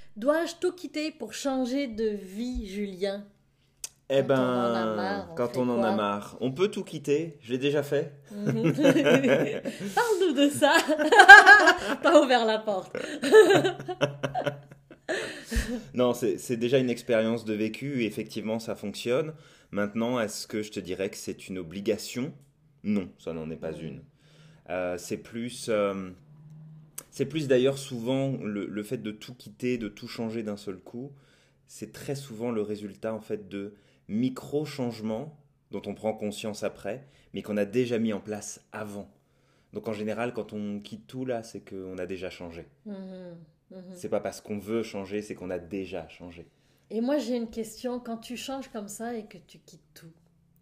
Dois-je tout quitter pour changer de vie, Julien? Eh Quand on en a marre, ben, on quand fait on en a quoi? marre, on peut tout quitter. Je l'ai déjà fait. Mhm. Parle-nous de ça. T'as ouvert la porte. Non, c'est déjà une expérience de vécu. Et effectivement, ça fonctionne. Maintenant, est-ce que je te dirais que c'est une obligation? Non, ça n'en est pas une. C'est plus d'ailleurs souvent le fait de tout quitter, de tout changer d'un seul coup. C'est très souvent le résultat en fait de micro-changements dont on prend conscience après, mais qu'on a déjà mis en place avant. Donc en général, quand on quitte tout là, c'est qu'on a déjà changé. Mhm, mhm. C'est pas parce qu'on veut changer, c'est qu'on a déjà changé. Et moi, j'ai une question. Quand tu changes comme ça et que tu quittes tout,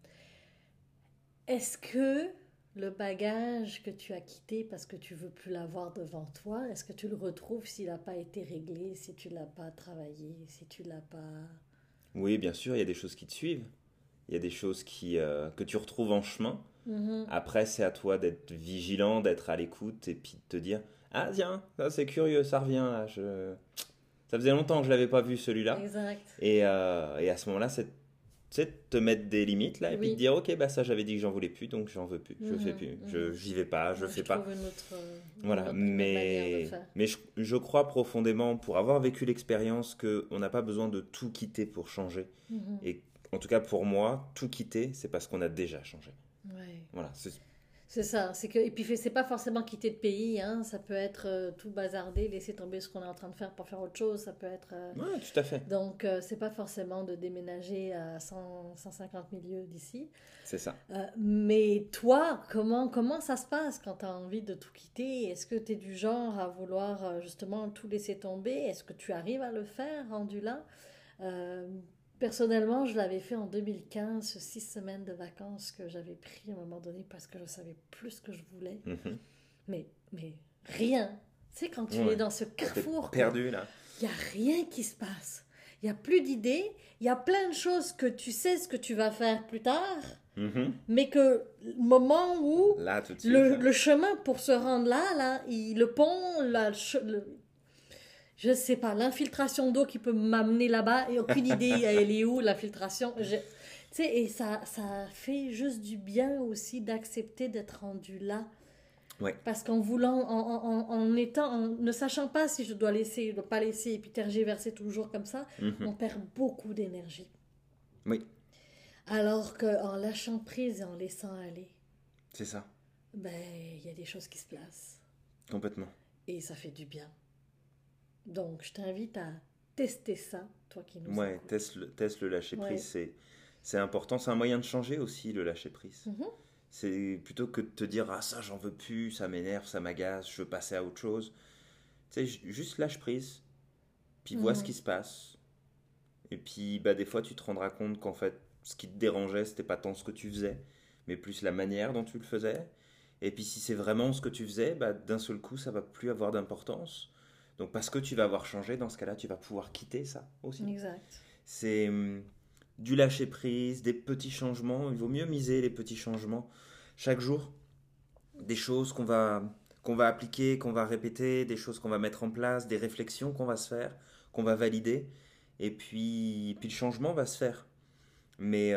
est-ce que le bagage que tu as quitté parce que tu veux plus l'avoir devant toi, est-ce que tu le retrouves s'il n'a pas été réglé, si tu l'as pas travaillé, si tu l'as pas... Oui, bien sûr, il y a des choses qui te suivent. Il y a des choses que tu retrouves en chemin. Mhm. Après, c'est à toi d'être vigilant, d'être à l'écoute et puis de te dire, ah tiens, ça c'est curieux, ça revient là. Ça faisait longtemps que je l'avais pas vu celui-là. Exact. Et à ce moment-là, c'est de te mettre des limites là et puis de Oui. dire, ok, bah ça j'avais dit que j'en voulais plus, donc j'en veux plus, je fais Mhm, plus, mhm. j'y vais pas, je Moi, je fais pas. trouve Voilà, une autre manière de faire. mais je crois profondément, pour avoir vécu l'expérience, qu'on n'a pas besoin de tout quitter pour changer. Mhm. Et en tout cas pour moi, tout quitter, c'est parce qu'on a déjà changé. Ouais. Voilà, C'est ça, c'est que et puis c'est pas forcément quitter de pays, hein, ça peut être tout bazarder, laisser tomber ce qu'on est en train de faire pour faire autre chose, ça peut être ouais, tout à fait, donc c'est pas forcément de déménager à 150 milieux d'ici. c'est ça. Mais toi, comment ça se passe quand tu as envie de tout quitter? Est-ce que tu es du genre à vouloir justement tout laisser tomber? Est-ce que tu arrives à le faire rendu là? Euh, Personnellement, je l'avais fait en 2015, 6 semaines de vacances que j'avais pris à un moment donné parce que je savais plus ce que je voulais. Mhm. Mais rien. Tu sais, quand tu es Ouais. dans ce Quand t'es carrefour, perdu là. il n'y a rien qui se passe. Il n'y a plus d'idées. Il y a plein de choses que tu sais ce que tu vas faire plus tard, Mhm. mais que le moment où Là, tout de suite. Là. le chemin pour se rendre là, le pont, je sais pas, l'infiltration d'eau qui peut m'amener là-bas, et aucune idée, elle est où l'infiltration. Tu sais, et ça fait juste du bien aussi d'accepter d'être rendu là. Ouais. Parce qu'en voulant, en étant, en ne sachant pas si je dois laisser, je dois pas laisser, et puis tergiverser toujours comme ça, Mhm. on perd beaucoup d'énergie. Oui, Alors qu'en lâchant prise et en laissant aller, c'est ça, ben, il y a des choses qui se placent. complètement. Et ça fait du bien. Donc, je t'invite à tester ça, toi qui nous Ouais, écoutes. teste le lâcher prise, Ouais. c'est important. C'est un moyen de changer aussi le lâcher prise. Mhm. C'est plutôt que de te dire ah ça j'en veux plus, ça m'énerve, ça m'agace, je veux passer à autre chose. Tu sais, juste lâche prise, puis vois ce Mhm. qui se passe. Et puis bah des fois tu te rendras compte qu'en fait ce qui te dérangeait c'était pas tant ce que tu faisais, mais plus la manière dont tu le faisais. Et puis si c'est vraiment ce que tu faisais, bah d'un seul coup ça va plus avoir d'importance. Donc parce que tu vas avoir changé, dans ce cas-là tu vas pouvoir quitter ça aussi. Exact. C'est du lâcher prise, des petits changements. Il vaut mieux miser les petits changements chaque jour. Des choses qu'on va appliquer, qu'on va répéter, des choses qu'on va mettre en place, des réflexions qu'on va se faire, qu'on va valider. Et puis le changement va se faire. Mais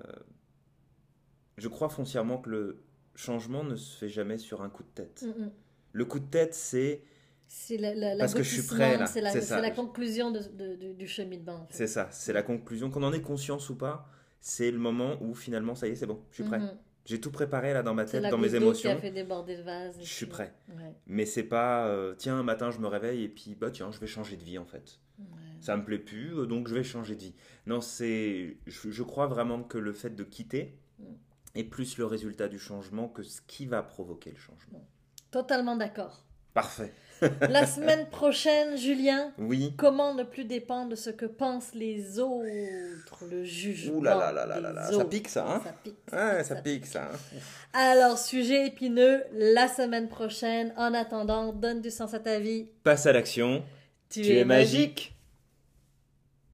je crois foncièrement que le changement ne se fait jamais sur un coup de tête. Mhm. Le coup de tête, c'est C'est parce que je suis prêt l'aboutissement, là. C'est c'est ça. la conclusion du cheminement, en fait. C'est ça, c'est la conclusion. Qu'on en ait conscience ou pas, c'est le moment où finalement, ça y est, c'est bon, je suis prêt. Mhm. J'ai tout préparé là dans ma C'est tête, la dans mes goutte d'eau qui a émotions. fait déborder le vase. Je suis prêt. Ouais. Mais c'est pas, tiens, un matin je me réveille et puis, bah tiens, je vais changer de vie en fait. Ouais. Ça me plaît plus, donc je vais changer de vie. Non, je crois vraiment que le fait de quitter Mm. est plus le résultat du changement que ce qui va provoquer le changement. Totalement d'accord. Parfait. La semaine prochaine, Julien, Oui. comment ne plus dépendre de ce que pensent les autres, le Ouh là là jugement là là là là. des Ça autres. pique ça, hein? Ça pique, Ouais, ça ça pique ça. Hein. Alors, sujet épineux, la semaine prochaine. En attendant, donne du sens à ta vie. Passe à l'action. Tu Tu es es magique. magique.